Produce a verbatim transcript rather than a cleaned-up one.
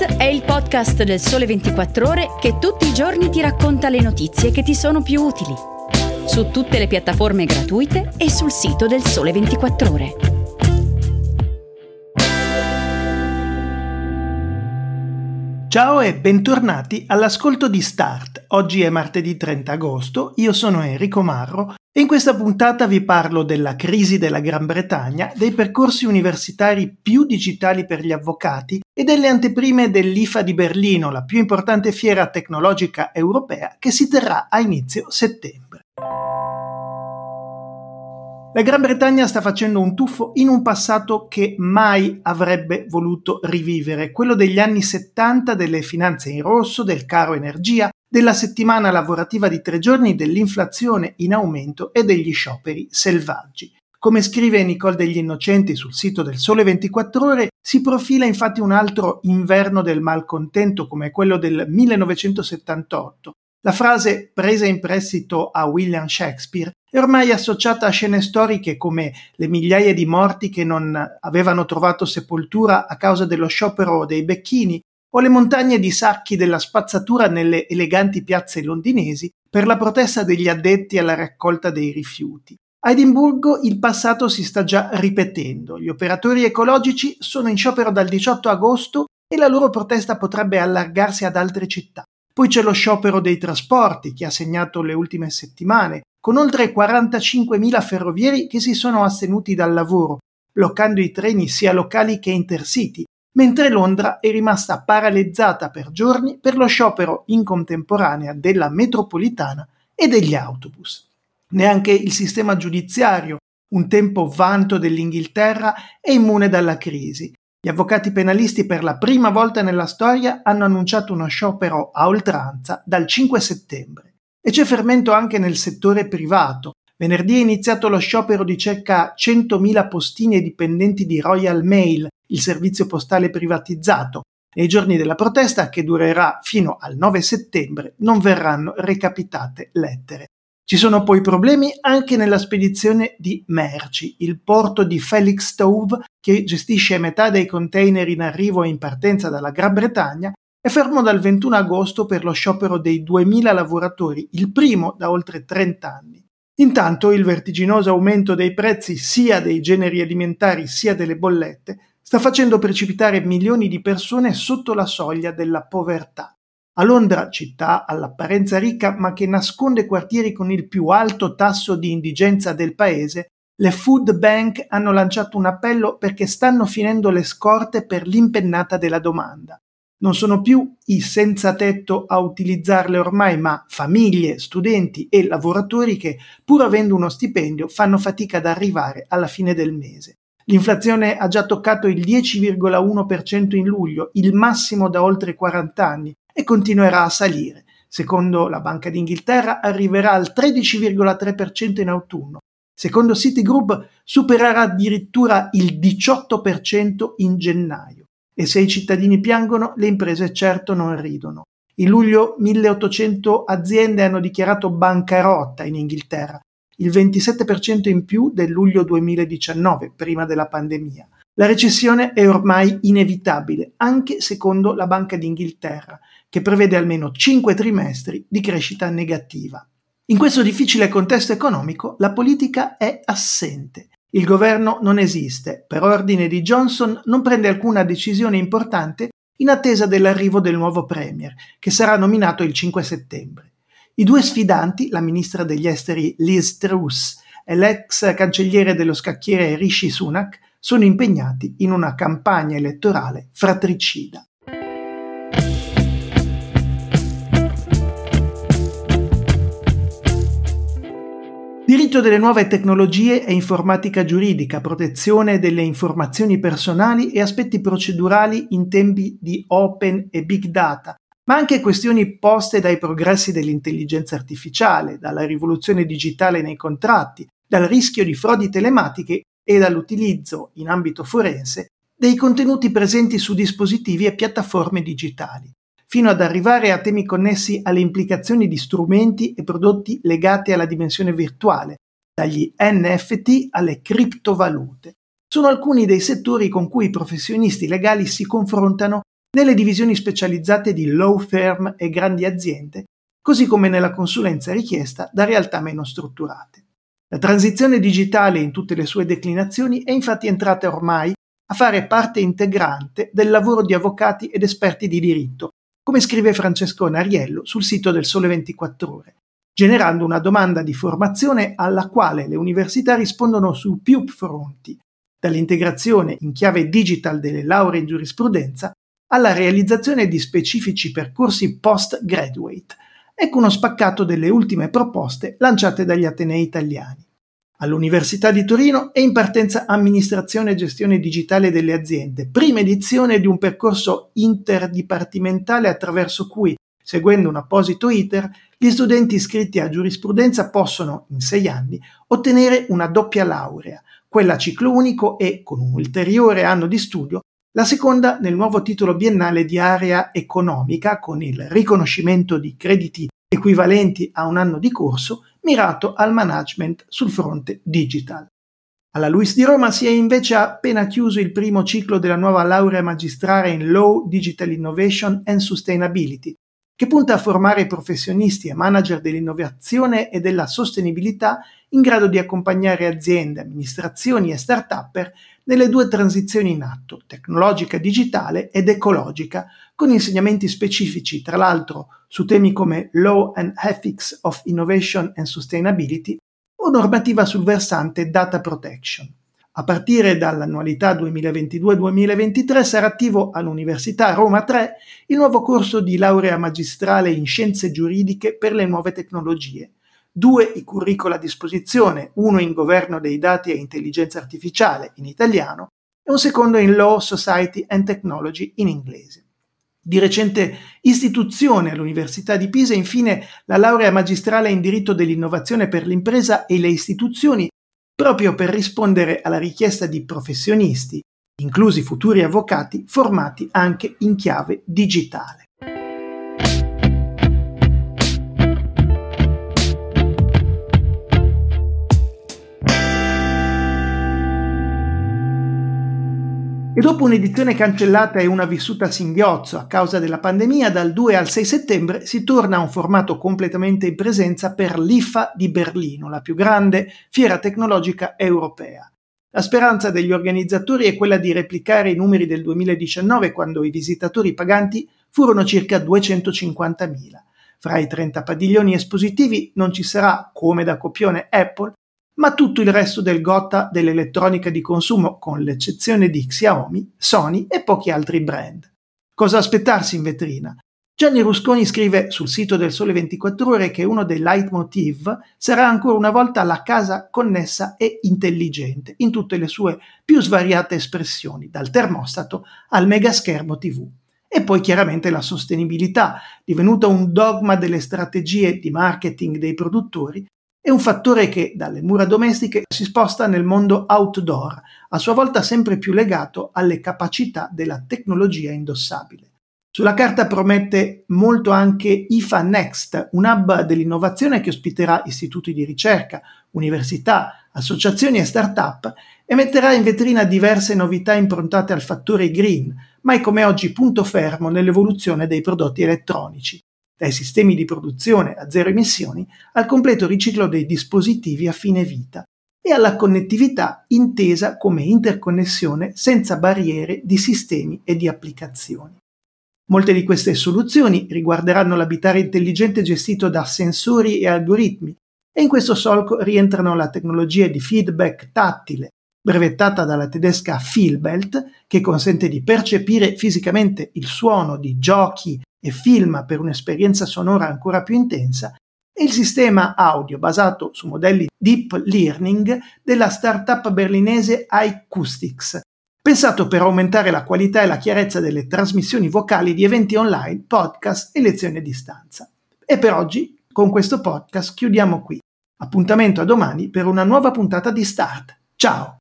Start è il podcast del Sole ventiquattro Ore che tutti i giorni ti racconta le notizie che ti sono più utili. Su tutte le piattaforme gratuite e sul sito del Sole ventiquattro Ore. Ciao e bentornati all'ascolto di Start. Oggi è martedì trenta agosto, io sono Enrico Marro e in questa puntata vi parlo della crisi della Gran Bretagna, dei percorsi universitari più digitali per gli avvocati e delle anteprime dell'I F A di Berlino, la più importante fiera tecnologica europea che si terrà a inizio settembre. La Gran Bretagna sta facendo un tuffo in un passato che mai avrebbe voluto rivivere, quello degli anni settanta, delle finanze in rosso, del caro energia, della settimana lavorativa di tre giorni, dell'inflazione in aumento e degli scioperi selvaggi. Come scrive Nicole Degli Innocenti sul sito del Sole ventiquattro Ore, si profila infatti un altro inverno del malcontento come quello del millenovecentosettantotto. La frase presa in prestito a William Shakespeare è ormai associata a scene storiche come le migliaia di morti che non avevano trovato sepoltura a causa dello sciopero dei becchini o le montagne di sacchi della spazzatura nelle eleganti piazze londinesi per la protesta degli addetti alla raccolta dei rifiuti. A Edimburgo il passato si sta già ripetendo. Gli operatori ecologici sono in sciopero dal diciotto agosto e la loro protesta potrebbe allargarsi ad altre città. Poi c'è lo sciopero dei trasporti che ha segnato le ultime settimane, con oltre quarantacinquemila ferrovieri che si sono astenuti dal lavoro, bloccando i treni sia locali che intercity, mentre Londra è rimasta paralizzata per giorni per lo sciopero in contemporanea della metropolitana e degli autobus. Neanche il sistema giudiziario, un tempo vanto dell'Inghilterra, è immune dalla crisi. Gli avvocati penalisti per la prima volta nella storia hanno annunciato uno sciopero a oltranza dal cinque settembre. E c'è fermento anche nel settore privato. Venerdì è iniziato lo sciopero di circa centomila postini e dipendenti di Royal Mail, il servizio postale privatizzato. Nei giorni della protesta, che durerà fino al nove settembre, non verranno recapitate lettere. Ci sono poi problemi anche nella spedizione di merci. Il porto di Felixstowe, che gestisce metà dei container in arrivo e in partenza dalla Gran Bretagna, è fermo dal ventuno agosto per lo sciopero dei duemila lavoratori, il primo da oltre trenta anni. Intanto il vertiginoso aumento dei prezzi sia dei generi alimentari sia delle bollette sta facendo precipitare milioni di persone sotto la soglia della povertà. A Londra, città all'apparenza ricca ma che nasconde quartieri con il più alto tasso di indigenza del paese, le food bank hanno lanciato un appello perché stanno finendo le scorte per l'impennata della domanda. Non sono più i senza tetto a utilizzarle ormai, ma famiglie, studenti e lavoratori che, pur avendo uno stipendio, fanno fatica ad arrivare alla fine del mese. L'inflazione ha già toccato il dieci virgola uno per cento in luglio, il massimo da oltre quaranta anni, e continuerà a salire. Secondo la Banca d'Inghilterra arriverà al tredici virgola tre per cento in autunno. Secondo Citigroup supererà addirittura il diciotto per cento in gennaio. E se i cittadini piangono, le imprese certo non ridono. In luglio milleottocento aziende hanno dichiarato bancarotta in Inghilterra, il ventisette per cento in più del luglio duemiladiciannove, prima della pandemia. La recessione è ormai inevitabile, anche secondo la Banca d'Inghilterra, che prevede almeno cinque trimestri di crescita negativa. In questo difficile contesto economico, la politica è assente. Il governo non esiste, per ordine di Johnson non prende alcuna decisione importante in attesa dell'arrivo del nuovo premier, che sarà nominato il cinque settembre. I due sfidanti, la ministra degli esteri Liz Truss e l'ex cancelliere dello scacchiere Rishi Sunak, sono impegnati in una campagna elettorale fratricida. Diritto delle nuove tecnologie e informatica giuridica, protezione delle informazioni personali e aspetti procedurali in tempi di open e big data, ma anche questioni poste dai progressi dell'intelligenza artificiale, dalla rivoluzione digitale nei contratti, dal rischio di frodi telematiche e dall'utilizzo, in ambito forense, dei contenuti presenti su dispositivi e piattaforme digitali, fino ad arrivare a temi connessi alle implicazioni di strumenti e prodotti legati alla dimensione virtuale, dagli N F T alle criptovalute. Sono alcuni dei settori con cui i professionisti legali si confrontano nelle divisioni specializzate di law firm e grandi aziende, così come nella consulenza richiesta da realtà meno strutturate. La transizione digitale in tutte le sue declinazioni è infatti entrata ormai a fare parte integrante del lavoro di avvocati ed esperti di diritto, come scrive Francesco Nariello sul sito del Sole ventiquattro Ore, generando una domanda di formazione alla quale le università rispondono su più fronti, dall'integrazione in chiave digital delle lauree in giurisprudenza alla realizzazione di specifici percorsi post-graduate. Ecco uno spaccato delle ultime proposte lanciate dagli atenei italiani. All'Università di Torino è in partenza Amministrazione e Gestione Digitale delle Aziende, prima edizione di un percorso interdipartimentale attraverso cui, seguendo un apposito iter, gli studenti iscritti a giurisprudenza possono, in sei anni, ottenere una doppia laurea, quella a ciclo unico e, con un ulteriore anno di studio, la seconda nel nuovo titolo biennale di area economica con il riconoscimento di crediti equivalenti a un anno di corso mirato al management sul fronte digital. Alla LUISS di Roma si è invece appena chiuso il primo ciclo della nuova laurea magistrale in Law, Digital Innovation and Sustainability, che punta a formare professionisti e manager dell'innovazione e della sostenibilità in grado di accompagnare aziende, amministrazioni e start-upper nelle due transizioni in atto, tecnologica digitale ed ecologica, con insegnamenti specifici, tra l'altro, su temi come Law and Ethics of Innovation and Sustainability o normativa sul versante Data Protection. A partire dall'annualità duemilaventidue duemilaventitré sarà attivo all'Università Roma tre il nuovo corso di laurea magistrale in Scienze Giuridiche per le nuove tecnologie. Due i curricula a disposizione, uno in Governo dei dati e Intelligenza Artificiale in italiano e un secondo in Law, Society and Technology in inglese. Di recente istituzione all'Università di Pisa, infine, la laurea magistrale in diritto dell'innovazione per l'impresa e le istituzioni, proprio per rispondere alla richiesta di professionisti, inclusi futuri avvocati, formati anche in chiave digitale. E dopo un'edizione cancellata e una vissuta a singhiozzo a causa della pandemia, dal due al sei settembre si torna a un formato completamente in presenza per l'I F A di Berlino, la più grande fiera tecnologica europea. La speranza degli organizzatori è quella di replicare i numeri del duemiladiciannove, quando i visitatori paganti furono circa duecentocinquantamila. Fra i trenta padiglioni espositivi non ci sarà, come da copione Apple, ma tutto il resto del Gotha dell'elettronica di consumo, con l'eccezione di Xiaomi, Sony e pochi altri brand. Cosa aspettarsi in vetrina? Gianni Rusconi scrive sul sito del Sole ventiquattro Ore che uno dei leitmotiv sarà ancora una volta la casa connessa e intelligente, in tutte le sue più svariate espressioni, dal termostato al megaschermo tivù. E poi chiaramente la sostenibilità, divenuta un dogma delle strategie di marketing dei produttori, è un fattore che dalle mura domestiche si sposta nel mondo outdoor, a sua volta sempre più legato alle capacità della tecnologia indossabile. Sulla carta promette molto anche I F A Next, un hub dell'innovazione che ospiterà istituti di ricerca, università, associazioni e start-up e metterà in vetrina diverse novità improntate al fattore green, mai come oggi punto fermo nell'evoluzione dei prodotti elettronici, dai sistemi di produzione a zero emissioni al completo riciclo dei dispositivi a fine vita e alla connettività intesa come interconnessione senza barriere di sistemi e di applicazioni. Molte di queste soluzioni riguarderanno l'abitare intelligente gestito da sensori e algoritmi e in questo solco rientrano la tecnologia di feedback tattile, brevettata dalla tedesca Feelbelt, che consente di percepire fisicamente il suono di giochi e film per un'esperienza sonora ancora più intensa, e il sistema audio basato su modelli deep learning della startup berlinese iCoustics, pensato per aumentare la qualità e la chiarezza delle trasmissioni vocali di eventi online, podcast e lezioni a distanza. E per oggi, con questo podcast, chiudiamo qui. Appuntamento a domani per una nuova puntata di Start. Ciao!